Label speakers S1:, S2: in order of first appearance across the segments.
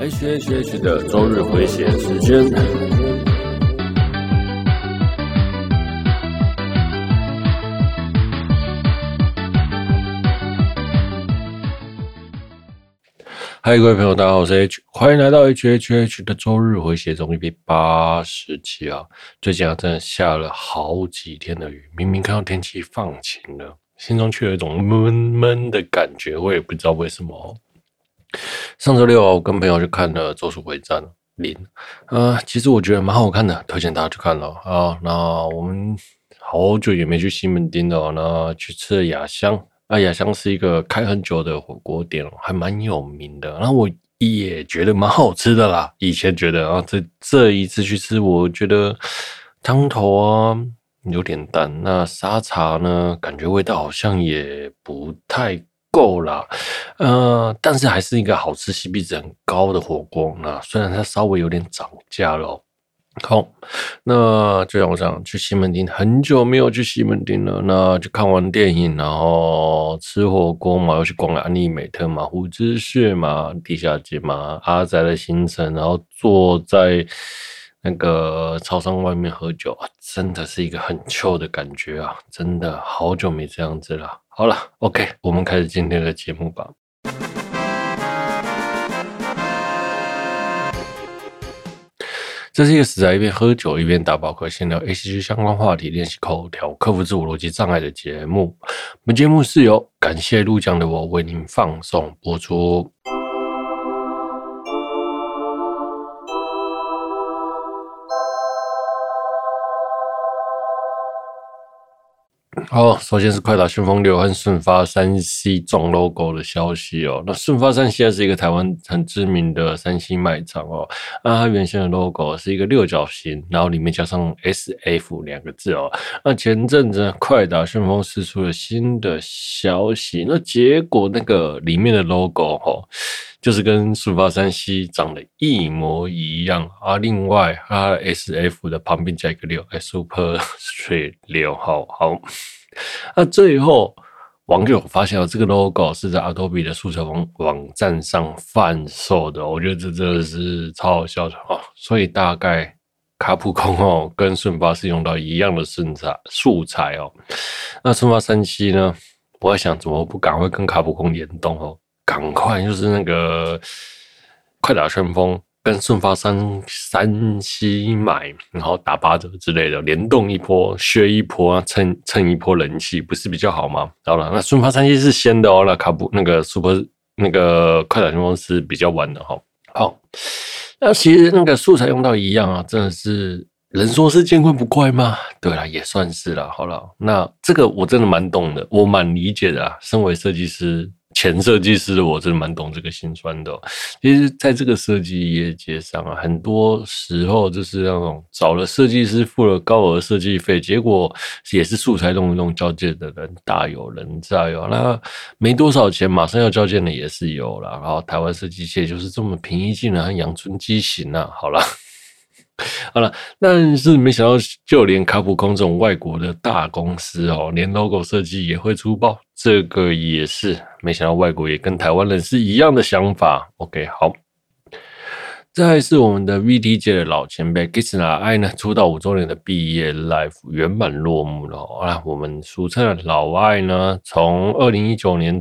S1: HHH 的周日回血时间。嗨，各位朋友，大家好，我是 H， 欢迎来到 HHH 的周日回血中 EP87啊。最近真的下了好几天的雨，明明看到天气放晴了，心中却有一种闷闷的感觉，我也不知道为什么。上周六我跟朋友去看了《咒术回战》其实我觉得蛮好看的，推荐大家去看了啊。那我们好久也没去西门町了，那去吃了雅香。雅香是一个开很久的火锅店，还蛮有名的。然后我也觉得蛮好吃的啦。以前觉得啊，这一次去吃，我觉得汤头啊有点淡，那沙茶呢，感觉味道好像也不太够啦。但是还是一个好吃、CP 值很高的火锅。那虽然它稍微有点涨价了。好，那就像我讲，去西门町很久没有去西门町了。那就看完电影，然后吃火锅嘛，又去逛了安利美特嘛、虎之穴嘛、地下街嘛、阿宅的行程，然后坐在那个超商外面喝酒，真的是一个很chill的感觉啊！真的好久没这样子了。好了 ，OK， 我们开始今天的节目吧。这是一个实在一边喝酒一边打保科闲聊 ACG 相关话题，练习口条，克服自我逻辑障碍的节目。本节目是由感谢入奖的我为您放送播出。好，首先是快打旋风6和顺发3C 撞 logo 的消息哦。那顺发3C 是一个台湾很知名的3C 卖场哦。那它原先的 logo 是一个六角形，然后里面加上 SF 2个字哦。那前阵子快打旋风释出了新的消息，那结果那个里面的 logo 就是跟顺发3C 长得一模一样啊。另外它的 SF 的旁边加一个6 Super Street 6好。那最后网友发现这个 logo 是在 Adobe 的素材网站上贩售的，我觉得这真的是超好笑的哦。所以大概卡普空跟顺发是用到一样的素材哦。那顺发3C呢，我在想怎么不赶快跟卡普空联动哦，赶快就是那个快打旋风跟顺发3C 买，然后打8折之类的，联动一波，削一波，蹭一波人气，不是比较好吗？好了，那顺发3C是先的哦，那个 Super 那个快打旋风是比较晚的哈。好，那其实那个素材用到一样啊，真的是人说是见怪不怪吗？对啦，也算是啦。好了，那这个我真的蛮懂的，我蛮理解的啊。身为设计师。前设计师的我真的蛮懂这个心酸的哦。其实在这个设计业界上啊，很多时候就是那种找了设计师付了高额设计费，结果也是素材弄一弄交件的人大有人在哦。那没多少钱马上要交件的也是有啦。然后台湾设计界就是这么平易近人和阳春畸形啊。好啦好了，但是没想到，就连卡普空这种外国的大公司连 logo 设计也会出包，这个也是没想到外国也跟台湾人是一样的想法。OK， 好，再来是我们的 VT 界的老前辈 Kizuna Ai 呢，出道5周年的毕业 live 圆满落幕了啊！我们俗称的老爱呢，从2019年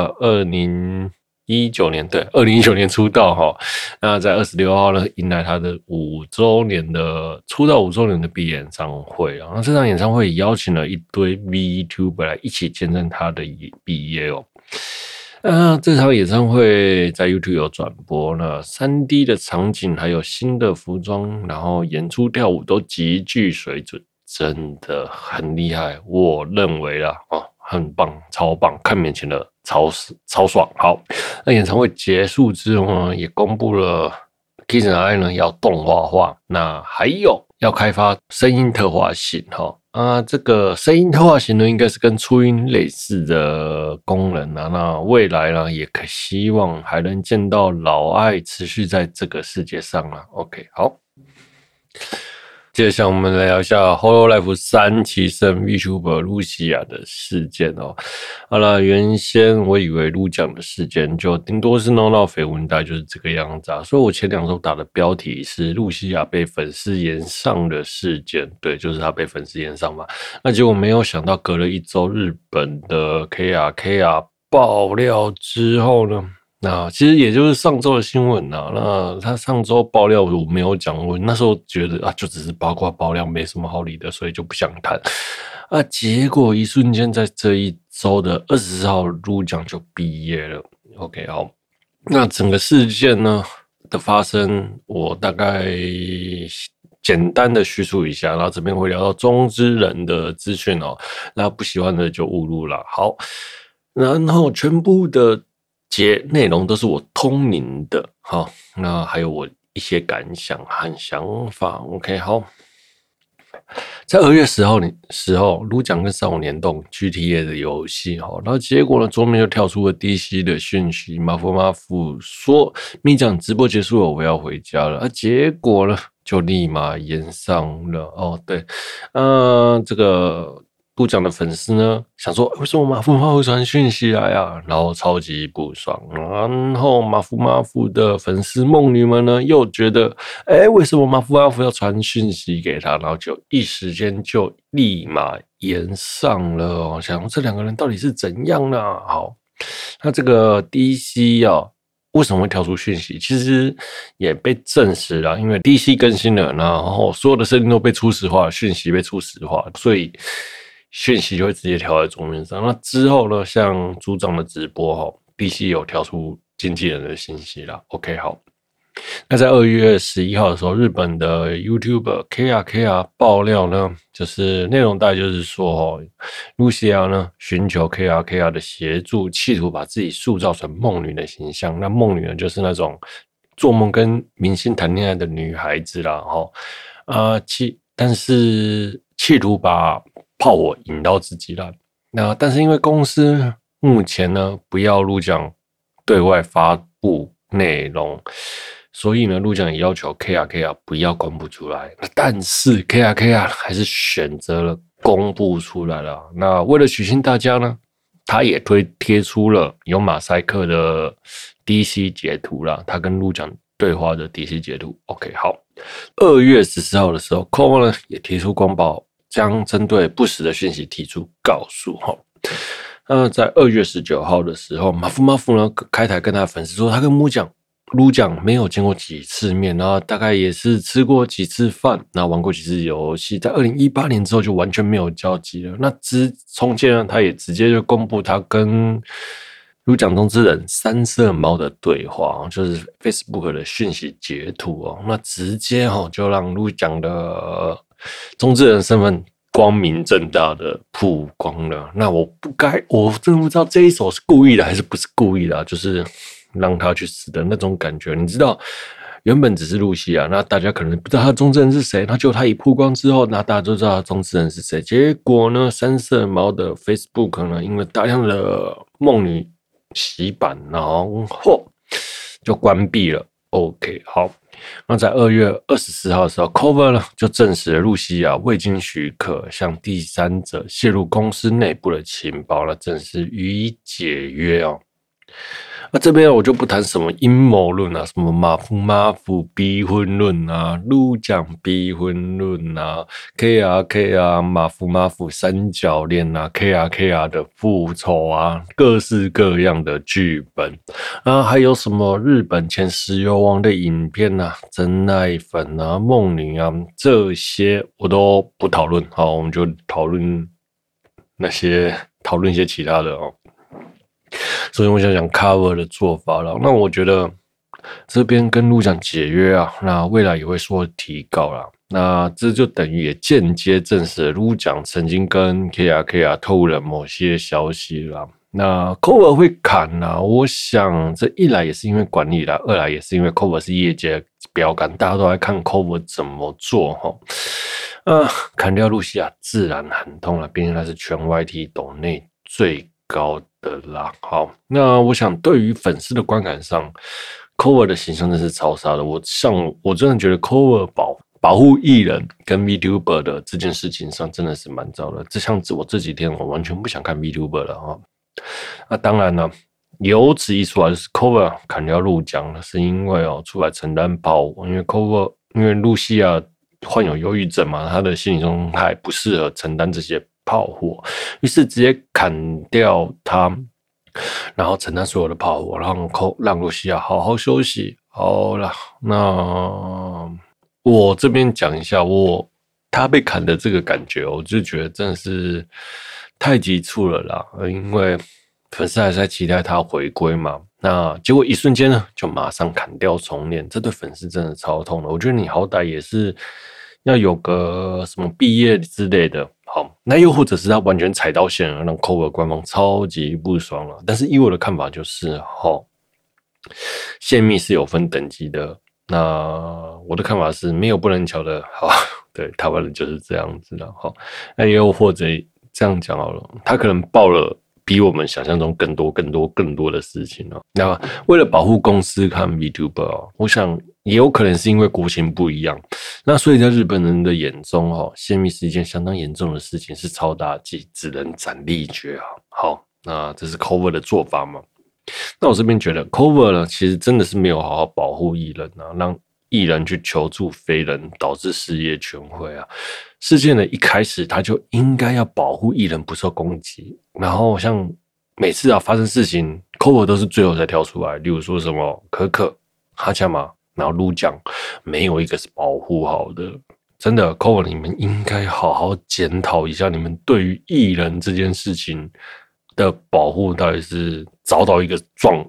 S1: 2019年出道哈，那在26号呢，迎来他的出道5周年的毕业演唱会啊。那这场演唱会也邀请了一堆 VTuber 来一起见证他的毕业哦。这场演唱会在 YouTube 有转播，那 3D 的场景还有新的服装，然后演出跳舞都极具水准，真的很厉害，我认为啦很棒，超棒，看面前的超爽。好，那演唱会结束之后呢，也公布了 Kizuna Ai 呢要动画化，那还有要开发声音特化型这个声音特化型呢，应该是跟初音类似的功能啊。那未来呢，也希望还能见到老爱持续在这个世界上啊。OK， 好。 接下来我们来聊一下 Hololive 3期生 VTuber 露西亚的事件哦。好了，原先我以为露酱的事件就顶多是闹闹绯闻，大概就是这个样子啊。所以我前2周打的标题是露西亚被粉丝炎上的事件，对，就是他被粉丝炎上嘛。那结果没有想到，隔了1周，日本的 KR 爆料之后呢？那其实也就是上周的新闻呐。那他上周爆料我没有讲，我那时候觉得啊，就只是八卦爆料，没什么好理的，所以就不想谈。啊，结果一瞬间在这1周的24号，入奖就毕业了。OK， 好，那整个事件呢的发生，我大概简单的叙述一下，然后这边会聊到中之人的资讯哦。那不喜欢的就误入了。好，然后全部的内容都是我通灵的，好，那还有我一些感想和想法。OK， 好，在2月10号，撸奖跟少年动 GTA 的游戏，好，然后结果呢，桌面就跳出了 DC 的讯息，马夫说咪奖直播结束了，我要回家了。结果呢，就立马延上了。哦，对，这个不讲的粉丝呢，想说为什么马夫会传讯息来啊？然后超级不爽。然后马夫的粉丝梦女们呢，又觉得，为什么马夫要传讯息给他？然后就一时间就立马延上了哦。想说这2个人到底是怎样呢？好，那这个 DC 啊，为什么会跳出讯息？其实也被证实了，因为 DC 更新了，然后所有的设定都被初始化，讯息被初始化，所以讯息就会直接跳在桌面上。那之后呢，像组长的直播DC 有跳出经纪人的信息啦。OK， 好。那在2月11号的时候，日本的 YouTuber KR 爆料呢，就是内容大概就是说露西亚呢寻求 KR 的协助，企图把自己塑造成梦女的形象。那梦女呢，就是那种做梦跟明星谈恋爱的女孩子啦，但是企图把炮火引到自己啦。那但是因为公司目前呢不要录奖对外发布内容，所以呢录奖也要求 KR 不要公布出来。但是 KR 还是选择了公布出来了。那为了取信大家呢，他也贴出了有马赛克的 DC 截图啦，他跟录奖对话的 DC 截图。OK， 好。2月14号的时候 ，Cover 呢也提出公报，将针对不实的讯息提出告诉。在2月19号的时候，马夫呢开台跟他的粉丝说，他跟撸奖没有见过几次面，然后大概也是吃过几次饭，然后玩过几次游戏，在2018年之后就完全没有交集了。那中间呢，他也直接就公布他跟撸奖中之人三色猫的对话，就是 Facebook 的讯息截图哦。那直接就让撸奖的中之人身份光明正大的曝光了。那我真的不知道这一手是故意的还是不是故意的啊，就是让他去死的那种感觉。你知道原本只是露西亚，那大家可能不知道他中之人是谁，那就他一曝光之后，那大家就知道他中之人是谁。结果呢，三色猫的 Facebook 呢，因为大量的梦女洗版，然后就关闭了。OK， 好。那在2月24号的时候 ，Cover 呢就证实了露西亚未经许可向第三者泄露公司内部的情报，那正式予以解约哦。那这边我就不谈什么阴谋论啊，什么马夫逼婚论啊，撸奖逼婚论啊 ，KR 马夫三角恋啊 ，KR 的复仇啊，各式各样的剧本啊，还有什么日本前石油王的影片啊，真爱粉啊，梦女啊，这些我都不讨论。好，我们就讨论一些其他的哦。所以我想讲 Cover 的做法了。那我觉得这边跟录奖解约啊，那未来也会说提告啦。那这就等于也间接证实了录奖曾经跟 KR 透露了某些消息啦。那 Cover 会砍啊，我想这一来也是因为管理啦，二来也是因为 Cover 是业界标杆，大家都来看 Cover 怎么做砍掉露西亚自然很痛了，毕竟他是全 YT 斗内最高的啦。好，那我想对于粉丝的观感上 ，Cover 的形象真是超杀的。我真的觉得 Cover 保护艺人跟 VTuber 的这件事情上真的是蛮糟的。像我这几天我完全不想看 VTuber 了哈。那当然了，由此一出来就是 Cover 砍掉入奖了，是因为出来承担炮火，因为露西亚患有忧郁症嘛，她的心理状态不适合承担这些炮火，于是直接砍掉她，然后承担所有的炮火，让露西亚好好休息。好了，那我这边讲一下他被砍的这个感觉，我就觉得真的是太急促了啦，因为粉丝还是在期待他回归嘛，那结果一瞬间呢就马上砍掉重练，这对粉丝真的超痛的。我觉得你好歹也是要有个什么毕业之类的，好，那又或者是他完全踩到线了，让 Cover 官方超级不爽了。但是以我的看法就是泄密是有分等级的，那我的看法是没有不能瞧的，好，对，台湾人就是这样子的，好，那又或者这样讲好了，他可能报了比我们想象中更多的事情哦。那为了保护公司和 VTuber 我想也有可能是因为国情不一样，那所以在日本人的眼中泄密是一件相当严重的事情，是超大忌，只能斩立决啊。好，那这是 Cover 的做法嘛？那我这边觉得 Cover 呢，其实真的是没有好好保护艺人啊，让艺人去求助非人，导致事业全毁啊。事件的一开始，他就应该要保护艺人不受攻击，然后像每次发生事情 ，Cover 都是最后才跳出来，例如说什么可可、哈恰玛，然后鹿酱，没有一个是保护好的。真的 ，Cover 你们应该好好检讨一下，你们对于艺人这件事情的保护到底是找到一个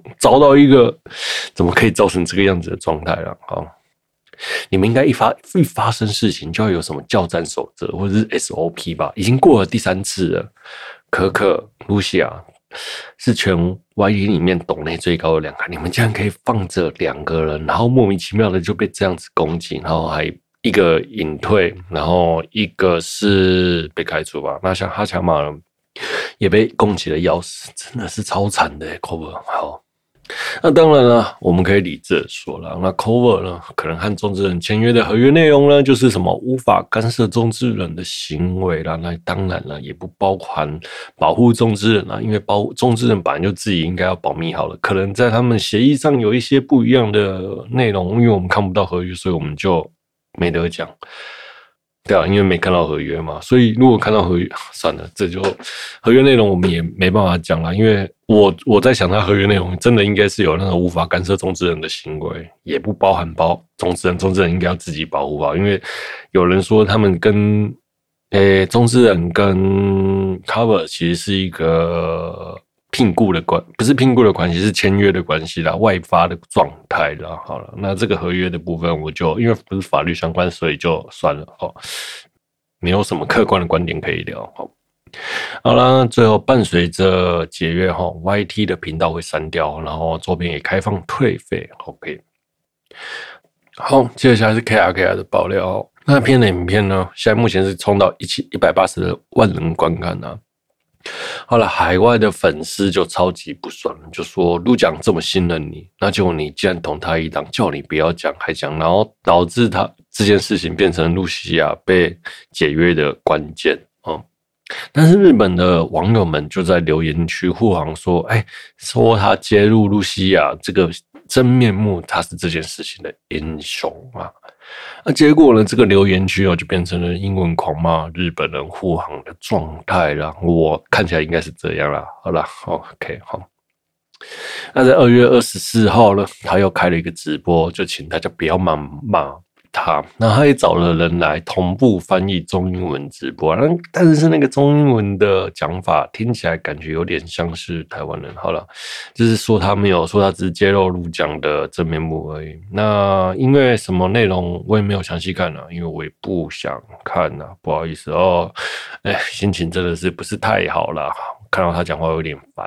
S1: 怎么可以造成这个样子的状态了？好，你们应该一发生事情就要有什么教战守则或者是 SOP 吧？已经过了第3次了，可可、露西亚是全 YT 里面斗内最高的2个，你们竟然可以放着2个人，然后莫名其妙的就被这样子攻击，然后还一个隐退，然后一个是被开除吧？那像哈强马呢？也被攻击的要死，真的是超惨的Cover。好，那当然了，我们可以理智的说了，那 Cover 呢，可能和中之人签约的合约内容呢，就是什么无法干涉中之人的行为啦。那当然了，也不包含保护中之人啦，因为中之人本来就自己应该要保密好了，可能在他们协议上有一些不一样的内容，因为我们看不到合约，所以我们就没得讲。对啊，因为没看到合约嘛，所以如果看到合约，算了，这就合约内容我们也没办法讲了。因为我在想，他合约内容真的应该是有那种无法干涉中之人的行为，也不包含中之人应该要自己保护好。因为有人说他们跟中之人跟 Cover 其实是一个不是聘雇的关系，是签约的关系啦，外发的状态啦。好了，那这个合约的部分，我就因为不是法律相关，所以就算了没有什么客观的观点可以聊。好了，最后伴随着解约YT 的频道会删掉，然后周边也开放退费。OK， 好，接下来是 KRKR 的爆料那篇的影片呢，现在目前是冲到180万人观看啊。后来海外的粉丝就超级不爽，就说陆讲这么信任你，那结果你竟然捅他一刀，叫你不要讲还讲，然后导致他这件事情变成露西亚被解约的关键但是日本的网友们就在留言区护航说，说他揭露露西亚这个真面目，他是这件事情的英雄啊。那结果呢？这个留言区就变成了英文狂骂日本人护航的状态啦。我看起来应该是这样啦。好啦 ，OK， 好。那在2月24号呢，他又开了一个直播，就请大家不要骂他。那他也找了人来同步翻译中英文直播，但是那个中英文的讲法听起来感觉有点像是台湾人。好了，就是说他没有说他只是揭露陆讲的真面目而已。那因为什么内容我也没有详细看因为我也不想看不好意思心情真的是不是太好了，看到他讲话有点烦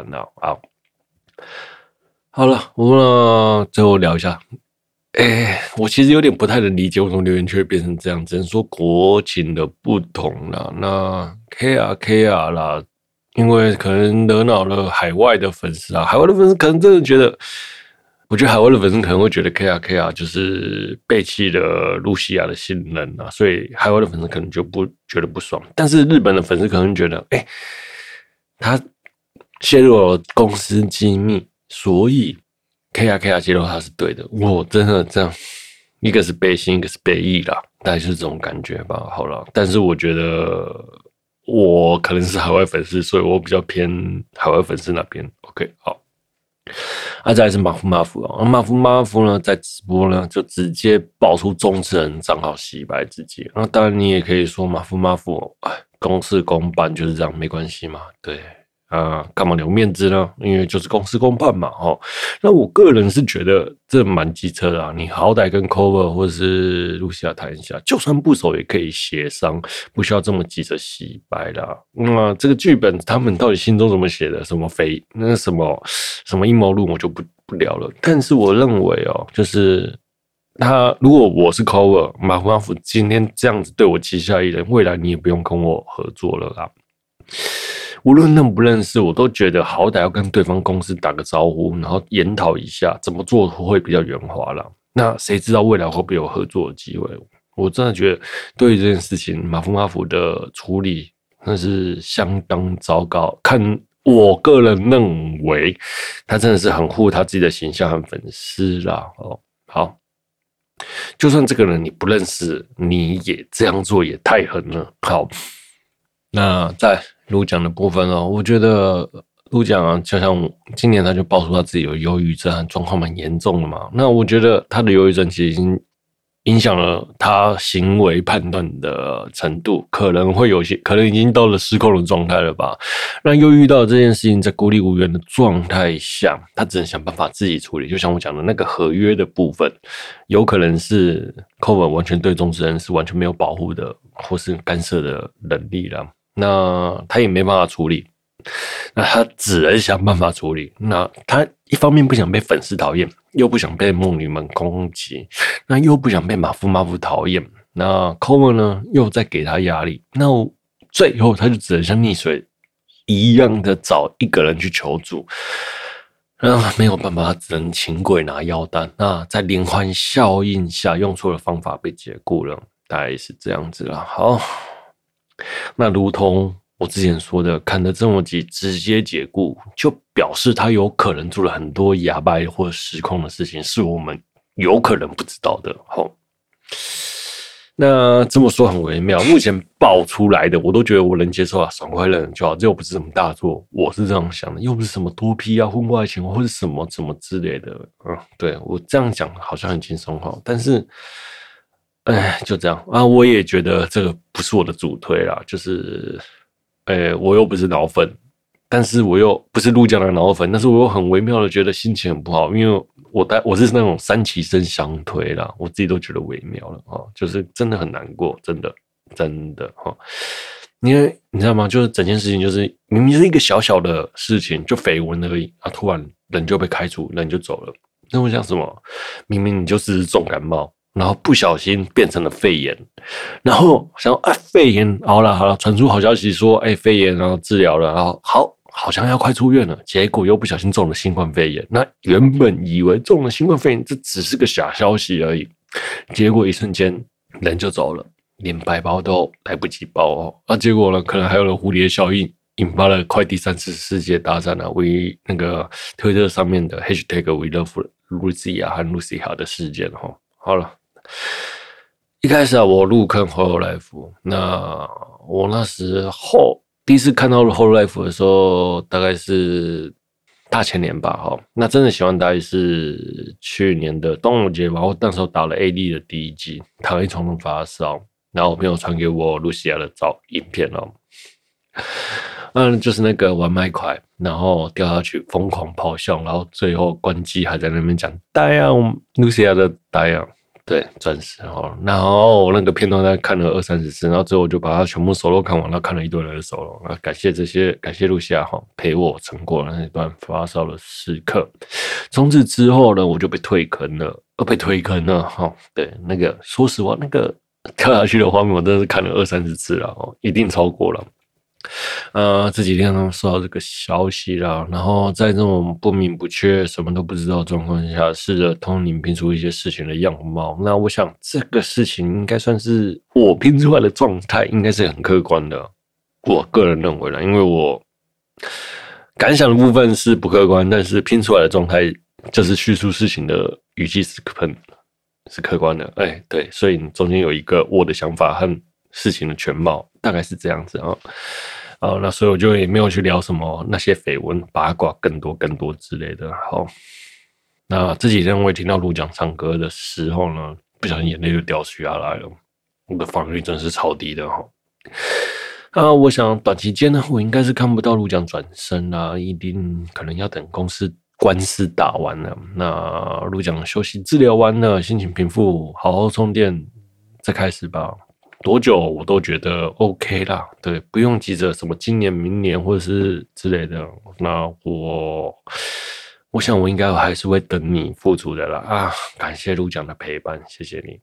S1: 好了，我们最后聊一下。我其实有点不太能理解为什么留言区会变成这样，只能说国情的不同啦。那 KR 啦，因为可能惹恼了海外的粉丝海外的粉丝可能真的觉得我觉得海外的粉丝可能会觉得 KR 就是背弃了露西亚的信任啊，所以海外的粉丝可能就不觉得不爽。但是日本的粉丝可能觉得，他泄露了公司机密，所以 KR 揭露他是对的。我真的这样，一个是背信，一个是背义啦，大概就是这种感觉吧。好了，但是我觉得我可能是海外粉丝，所以我比较偏海外粉丝那边。OK， 好。再来是马夫啊，马夫呢在直播呢就直接爆出中之人账号洗白自己。那当然你也可以说马夫，公事公办就是这样，没关系嘛，对。干嘛留面子呢？因为就是公事公办嘛，那我个人是觉得这蛮机车的啊，你好歹跟 Cover 或者是露西亚谈一下，就算不熟也可以协商，不需要这么急着洗白啦。那这个剧本他们到底心中怎么写的？什么阴谋论我就不聊了。但是我认为就是如果我是 Cover 马夫今天这样子对我旗下艺人，未来你也不用跟我合作了啦。无论认不认识，我都觉得好歹要跟对方公司打个招呼，然后研讨一下怎么做会比较圆滑啦。那谁知道未来会不会有合作的机会？我真的觉得对于这件事情，马夫的处理那是相当糟糕。我个人认为，他真的是很护他自己的形象和粉丝啦。好，就算这个人你不认识，你也这样做也太狠了。好，那在陆讲的部分我觉得陆讲就像今年他就爆出他自己有忧郁症，状况蛮严重的嘛。那我觉得他的忧郁症其实已经影响了他行为判断的程度，可能已经到了失控的状态了吧。那忧郁到这件事情在孤立无援的状态下，他只能想办法自己处理。就像我讲的那个合约的部分，有可能是Cover完全对中之人是完全没有保护的，或是干涉的能力了。那他也没办法处理，那他只能想办法处理。那他一方面不想被粉丝讨厌，又不想被梦女们攻击，那又不想被马夫讨厌。那 Cover 呢，又在给他压力。那最后他就只能像溺水一样的找一个人去求助。没有办法，他只能请鬼拿药单。那在连环效应下，用错了方法被解雇了，大概是这样子啦。好。那如同我之前说的，砍了这么急直接解雇，就表示他有可能做了很多哑巴或者失控的事情，是我们有可能不知道的。那这么说很微妙，目前爆出来的我都觉得我能接受爽快认就好，这又不是什么大作，我是这样想的，又不是什么多批婚外情或者什么之类的。对，我这样讲好像很轻松但是就这样我也觉得这个不是我的主推啦，就是我又不是脑粉，但是我又不是陆江的脑粉，但是我又很微妙的觉得心情很不好，因为我是那种三期生相推啦，我自己都觉得微妙了就是真的很难过，真的因为你知道吗？就是整件事情就是明明就是一个小小的事情，就绯闻而已突然人就被开除，人就走了。那我想什么？明明你就是重感冒。然后不小心变成了肺炎，然后想肺炎好了，传出好消息说肺炎然后治疗了，然后好像要快出院了，结果又不小心中了新冠肺炎。那原本以为中了新冠肺炎这只是个假消息而已，结果一瞬间人就走了，连白包都来不及包结果呢，可能还有了蝴蝶效应，引发了快第三次世界大战为那个推特上面的 #We Love Lucia 和 Lucia 的事件好了。一开始我入坑 Hololive， 那我那时候第一次看到 Hololive 的时候，大概是大前年吧那真的喜欢大概是去年的端午节吧，我那时候打了 AD 的第一季，躺在床上发烧，然后我朋友传给我露西亚的影片就是那个玩麦块，然后掉下去疯狂咆哮，然后最后关机还在那边讲戴啊，露西亚的戴啊。对，钻石然后我那个片段在看了20-30次，然后最后我就把它全部solo看完，然后看了一堆人的solo。感谢露西亚陪我撑过了那段发烧的时刻。从此之后呢，我就被退坑了，对，那个说实话，那个跳下去的画面我真的是看了20-30次了一定超过了。 这几天呢收到这个消息啦，然后在这种不明不确、什么都不知道的状况下，试着通灵拼出一些事情的样貌。那我想这个事情应该算是我拼出来的状态，应该是很客观的。我个人认为啦，因为我感想的部分是不客观，但是拼出来的状态就是叙述事情的语气是客观的。对，所以中间有一个我的想法和事情的全貌，大概是这样子啊。那所以我就也没有去聊什么那些绯闻八卦更多之类的。好，那这几天我也听到陆奖唱歌的时候呢，不小心眼泪就掉下来了。我的防御真是超低的哈。我想短期间呢，我应该是看不到陆奖转身啦，一定可能要等官司打完了，那陆奖休息治疗完了，心情平复，好好充电，再开始吧。多久我都觉得 OK 啦，对，不用急着什么今年、明年或者是之类的。那我想我应该还是会等你付出的啦感谢陆奖的陪伴，谢谢你。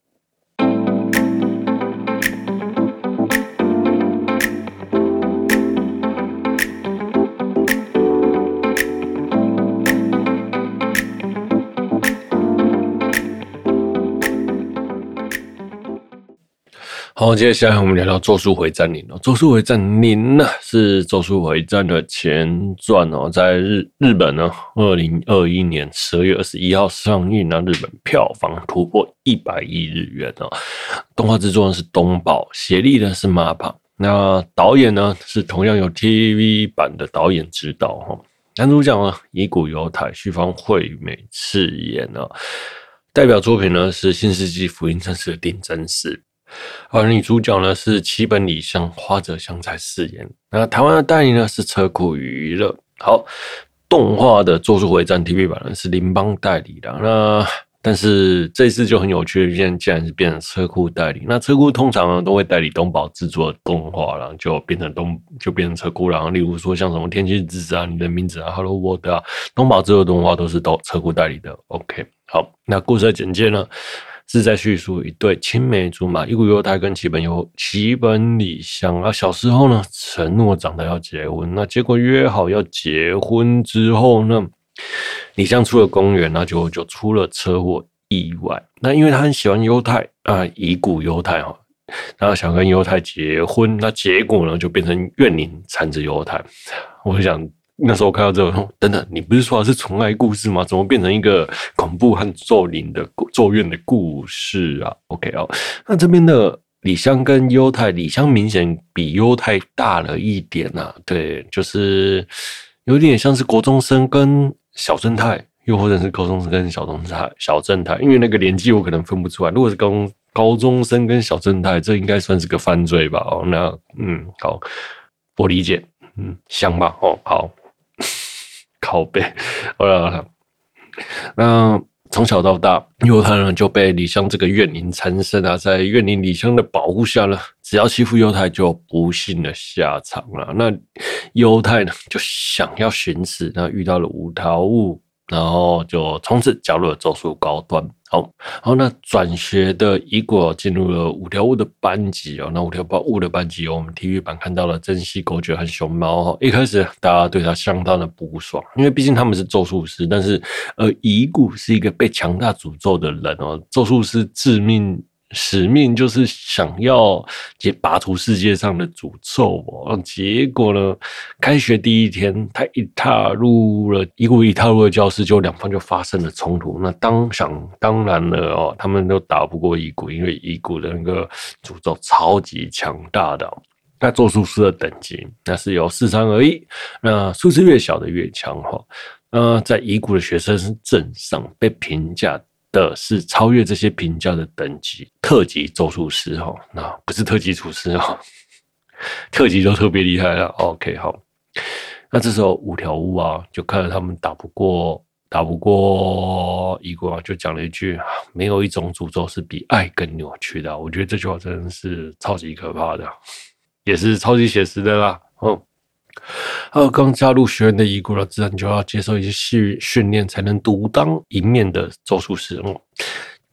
S1: 好，接下来我们聊聊《咒术回战》0。《咒术回战》0呢是《咒术回战》的前传在日本呢，2021年12月21号上映，日本票房突破100亿日元动画制作人是东宝，协力的是 MAPPA。那导演呢是同样由 TV 版的导演指导男主角呢乙骨忧太，绪方惠美饰演代表作品呢是《新世纪福音战士》的碇真司。而女主角呢是七本里香、花泽香菜饰演。那台湾的代理呢是车库娱乐。好，动画的《咒术回战》TV 版呢是羚邦代理的。但是这次就很有趣的，现在竟然是变成车库代理。那车库通常呢都会代理东宝制作的动画，然后就变成车库。然后例如说像什么《天气之子》你的名字Hello World 东宝制作的动画都是车库代理的。OK， 好，那故事的简介呢？是在叙述一对青梅竹马乙骨忧太跟齐本里香小时候呢承诺长大要结婚，那结果约好要结婚之后呢，里香出了公园，结果就出了车祸意外。那因为他很喜欢忧太乙骨忧太然后想跟忧太结婚，那结果呢就变成怨灵缠着忧太。我想那时候看到这个，等等，你不是说的是纯爱故事吗？怎么变成一个恐怖和咒怨的故事啊 ？OK 那这边的里香跟忧太，里香明显比忧太大了一点对，就是有点像是国中生跟小正太，又或者是高中生跟小正太，因为那个年纪我可能分不出来。如果是高中生跟小正太，这应该算是个犯罪吧？好，我理解，香吧？好。靠背，好了，那从小到大，忧太呢就被里香这个怨灵缠身在怨灵里香的保护下呢，只要欺负忧太就有不幸的下场了。那忧太呢就想要寻死，那遇到了五条悟，然后就从此加入了咒术高端。好，那转学的乙骨进入了五条悟的班级那五条悟的班级我们体育版看到了珍惜狗卷和熊猫一开始大家对他相当的不爽，因为毕竟他们是咒术师，但是乙骨是一个被强大诅咒的人咒术师使命就是想要拔除世界上的诅咒结果呢，开学第一天，他乙骨一踏入了教室，就两方就发生了冲突。那当然了他们都打不过乙骨，因为乙骨的那个诅咒超级强大的那咒术师的等级那是由4-3而已，那数字越小的越强在乙骨的学生证上被评价的是超越这些评价的等级，特级咒术师那不是特级厨师特级都特别厉害了。OK， 好，那这时候五条悟就看了他们打不过乙骨就讲了一句：没有一种诅咒是比爱更扭曲的。我觉得这句话真的是超级可怕的，也是超级写实的啦。刚加入学院的乙骨自然就要接受一些训练，才能独当一面的咒术师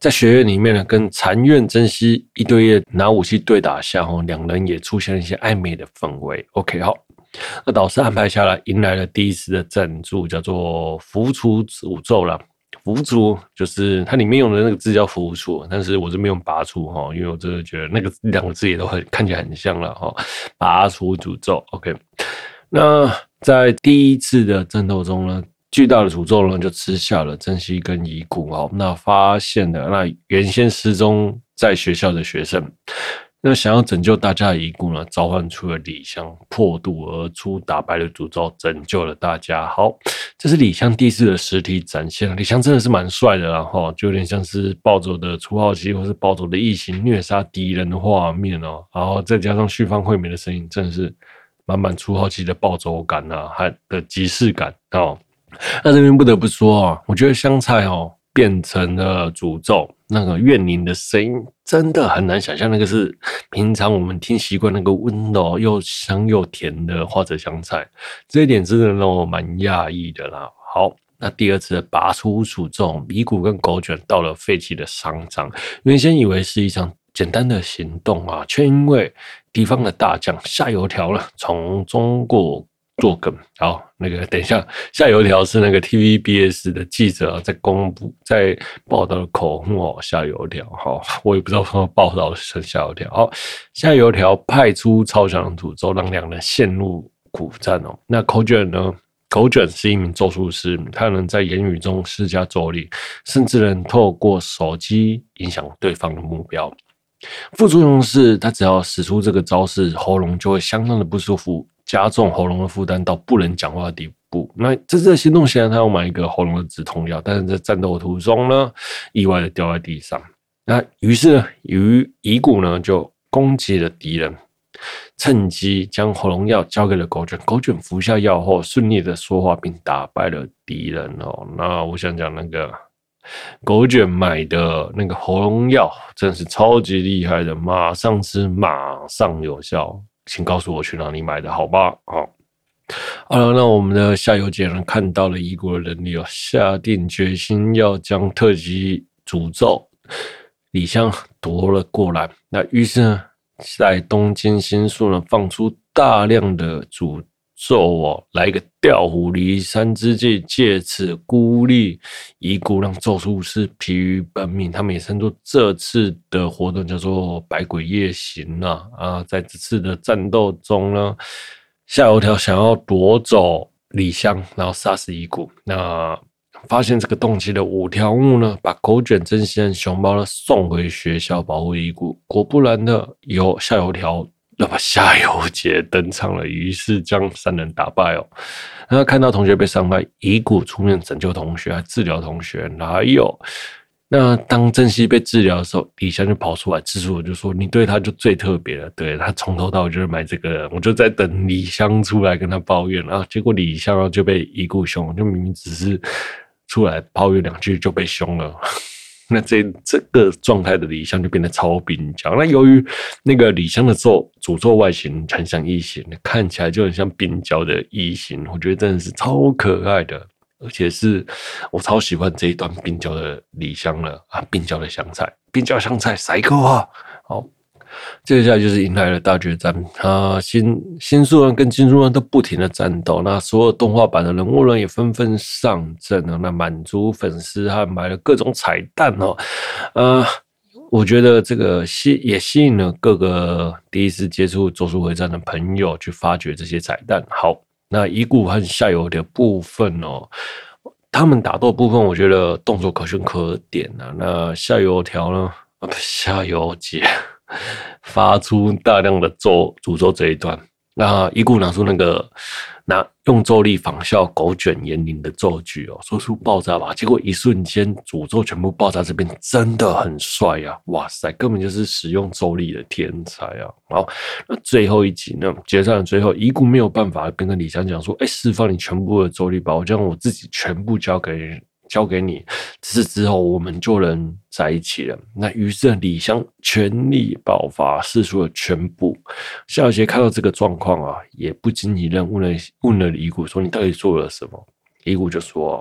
S1: 在学院里面呢，跟禅院真希一对一拿武器对打下，两人也出现了一些暧昧的氛围。OK， 好，那导师安排下来，迎来了第一次的赞助，叫做浮除诅咒啦。浮除就是它里面用的那个字叫浮除，但是我这边用拔除哈，因为我真的觉得那个两个字也都看起来很像了哈。拔除诅咒 ，OK。那在第一次的战斗中呢，巨大的诅咒呢就吃下了真希跟乙骨哦。那发现了那原先失踪在学校的学生。那想要拯救大家的遗骨呢，召唤出了李湘，破肚而出，打败了诅咒，拯救了大家。好，这是李湘第一次的实体展现。李湘真的是蛮帅的啦，就有点像是暴走的初号机或是暴走的异形虐杀敌人的画面哦。然后再加上旭方惠美的声音，真的是满满初号机的暴走感啊，和的即视感哦。那这边不得不说啊，我觉得香菜变成了诅咒，那个怨灵的声音真的很难想象，那个是平常我们听习惯那个温柔又香又甜的花泽香菜，这一点真的让我蛮讶异的啦。好，那第二次的拔出诅咒，乙骨跟狗卷到了废弃的商场，原先以为是一场简单的行动啊，却因为敌方的大将下油条了，从中国做梗。好，那个等一下，下油条是那个 TVBS 的记者在公布在报道的口红下油条。好，我也不知道他报道成下油条。好，下油条派出超强的诅咒，让两人陷入苦战哦。那口卷呢？口卷是一名咒术师，他能在言语中施加咒力，甚至能透过手机影响对方的目标。副作用是，他只要使出这个招式，喉咙就会相当的不舒服，加重喉咙的负担到不能讲话的地步。那这次的行动显然他要买一个喉咙的止痛药，但是在战斗途中呢，意外的掉在地上。那于是呢，乙骨呢就攻击了敌人，趁机将喉咙药交给了狗卷。狗卷服下药后，顺利的说话并打败了敌人哦。那我想讲那个狗卷买的那个喉咙药真的是超级厉害的，马上吃马上有效，请告诉我去哪里买的好吧。好了，那我们的下游姐呢看到了乙骨的能力下定决心要将特级诅咒李湘夺了过来。那于是呢，在东京新宿呢放出大量的诅咒来一个调虎离山之计，借此孤立乙骨，让咒术师疲于奔命。他们也称作这次的活动叫做百鬼夜行在这次的战斗中呢，下油条想要夺走李湘，然后杀死乙骨。那发现这个动机的五条悟呢，把狗卷真希和熊猫呢送回学校保护乙骨。果不然呢，由下油条夏油杰登场了，于是将三人打败哦。那看到同学被伤害，乙骨出面拯救同学，还治疗同学。哪有？那当真希被治疗的时候，李湘就跑出来制止我，就说：“你对他就最特别了，对他从头到尾就是买这个人。”我就在等李湘出来跟他抱怨啊，结果李湘就被乙骨凶，就明明只是出来抱怨两句就被凶了。那这个状态的李湘就变得超冰胶。那由于那个李湘的诅咒外形很像异形，看起来就很像冰胶的异形，我觉得真的是超可爱的，而且是我超喜欢这一段冰胶的李湘了啊！冰胶的香菜，冰胶香菜塞够啊！好。接下来就是迎来了大决战新宿人跟金宿人都不停的战斗，那所有动画版的人物呢也纷纷上阵了，那满足粉丝还买了各种彩蛋我觉得这个也吸引了各个第一次接触咒术回战的朋友去发掘这些彩蛋。好，那乙骨和下游的部分他们打斗部分我觉得动作可圈可点那下游条呢下游节发出大量的诅咒这一段，那乙骨拿出那个用咒力仿效狗卷言灵的咒句说出爆炸吧，结果一瞬间诅咒全部爆炸，这边真的很帅啊！哇塞，根本就是使用咒力的天才啊！好，那最后一集呢，决战的最后，乙骨没有办法跟李湘讲说，释放你全部的咒力吧，我将我自己全部交给你，自此之后我们就能在一起了。那于是李湘全力爆发，释出了全部。夏油杰看到这个状况也不禁疑问了乙骨说：“你到底做了什么？”乙骨就说：“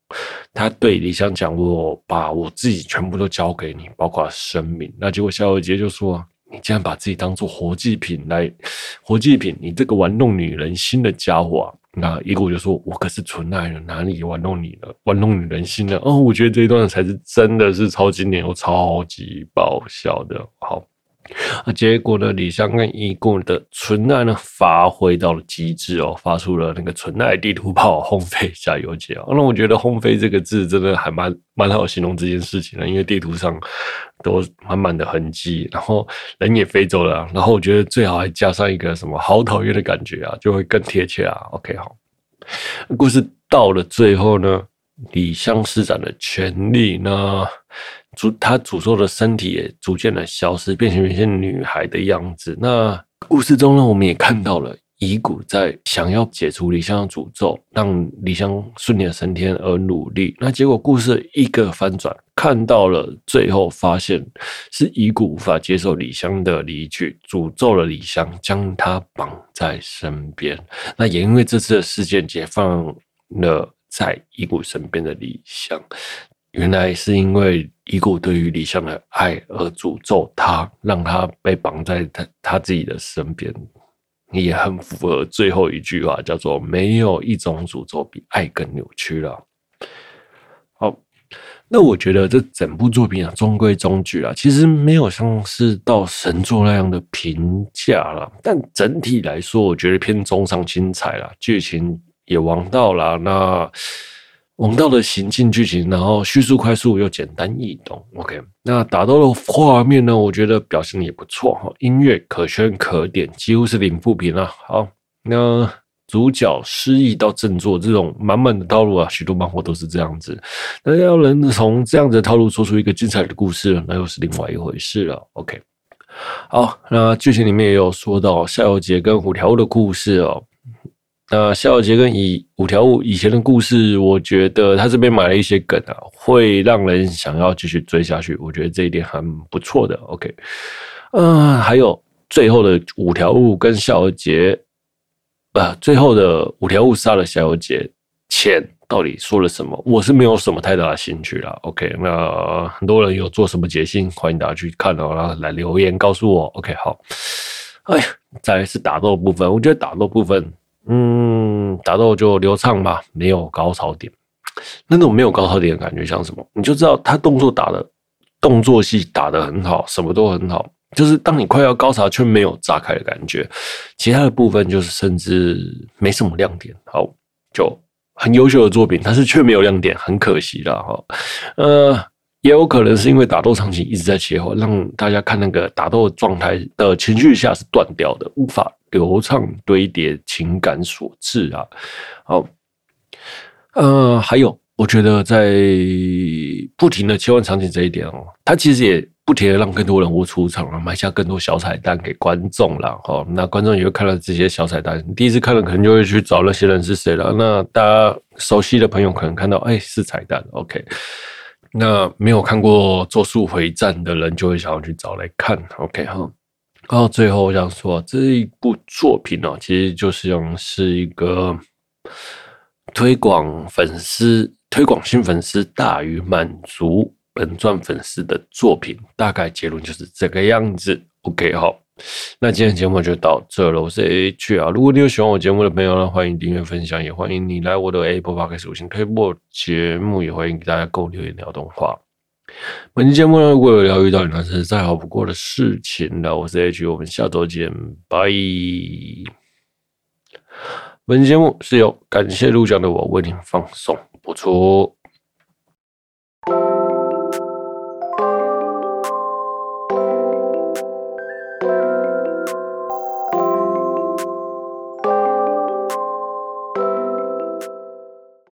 S1: 他对李湘讲：“我把我自己全部都交给你，包括生命。”那结果夏油杰就说：“你竟然把自己当做活祭品，你这个玩弄女人心的家伙啊！”那乙骨就说：“我可是纯爱人，哪里玩弄你了？玩弄女人心了？”哦，我觉得这一段才是真的是超经典又超级爆笑的。好。结果呢，李湘跟乙骨的纯爱呢发挥到了极致哦，发出了那个纯爱地图炮轰飞夏油杰哦。那我觉得轰飞这个字真的还蛮好形容这件事情的，因为地图上都满满的痕迹，然后人也飞走了，然后我觉得最好还加上一个什么好讨厌的感觉啊，就会更贴切啊。OK， 好，故事到了最后呢，李湘施展了全力呢。他诅咒的身体也逐渐的消失，变成原先女孩的样子。那故事中呢，我们也看到了乙骨在想要解除李湘的诅咒，让李湘顺利的升天而努力。那结果故事一个翻转，看到了最后发现是乙骨无法接受李湘的离去，诅咒了李湘，将她绑在身边。那也因为这次的事件，解放了在乙骨身边的李湘。原来是因为乙骨对于李湘的爱而诅咒他，让他被绑在他自己的身边，也很符合最后一句话，叫做“没有一种诅咒比爱更扭曲了”。好，那我觉得这整部作品啊，中规中矩啦，其实没有像是到神作那样的评价啦，但整体来说，我觉得偏中上精彩啦，剧情也王道啦，那。王道的行进剧情，然后叙述快速又简单易懂。OK， 那打斗的画面呢？我觉得表现也不错哈，音乐可圈可点，几乎是零负评啊。好，那主角失忆到振作这种满满的套路啊，许多漫画都是这样子。那要能从这样子的套路说出一个精彩的故事，那又是另外一回事了。OK， 好，那剧情里面也有说到夏油杰跟五条悟的故事哦。那夏油杰跟五条悟以前的故事，我觉得他这边埋了一些梗啊，会让人想要继续追下去。我觉得这一点还不错的。OK， 还有最后的五条悟跟夏油杰，最后的五条悟杀了夏油杰前到底说了什么？我是没有什么太大的兴趣啦。OK， 那很多人有做什么解析，欢迎大家去看哦，然后来留言告诉我。OK， 好，再来是打斗部分，我觉得打斗部分。打斗就流畅吧，没有高潮点。那种没有高潮点的感觉像什么？你就知道他动作戏打得很好，什么都很好。就是当你快要高潮却没有炸開的感觉，其他的部分就是甚至没什么亮点。好，就很优秀的作品，但是却没有亮点，很可惜啦。也有可能是因为打斗场景一直在切换，让大家看那个打斗状态的情绪下是断掉的，无法流畅堆叠情感所致啊。好，还有我觉得在不停的切换场景这一点哦，它其实也不停的让更多人物出场了，埋下更多小彩蛋给观众啦。那观众也会看到这些小彩蛋，第一次看了可能就会去找那些人是谁了。那大家熟悉的朋友可能看到，是彩蛋 ，OK。那没有看过《咒术回战》的人就会想要去找来看 ，OK 哈。然后最后我想说，这一部作品其实就像是一个推广新粉丝大于满足本传粉丝的作品，大概结论就是这个样子。OK 好，那今天的节目就到这了，我是 H 啊。如果你有喜欢我节目的朋友呢，欢迎订阅分享，也欢迎你来我的 Apple Podcast 5星推播节目，也欢迎大家跟我留言聊动画。本期节目呢，如果有疗愈到你，那是再好不过的事情了。我是 H， 我们下周见，拜。本期节目是由感谢录讲的我为您放送播出。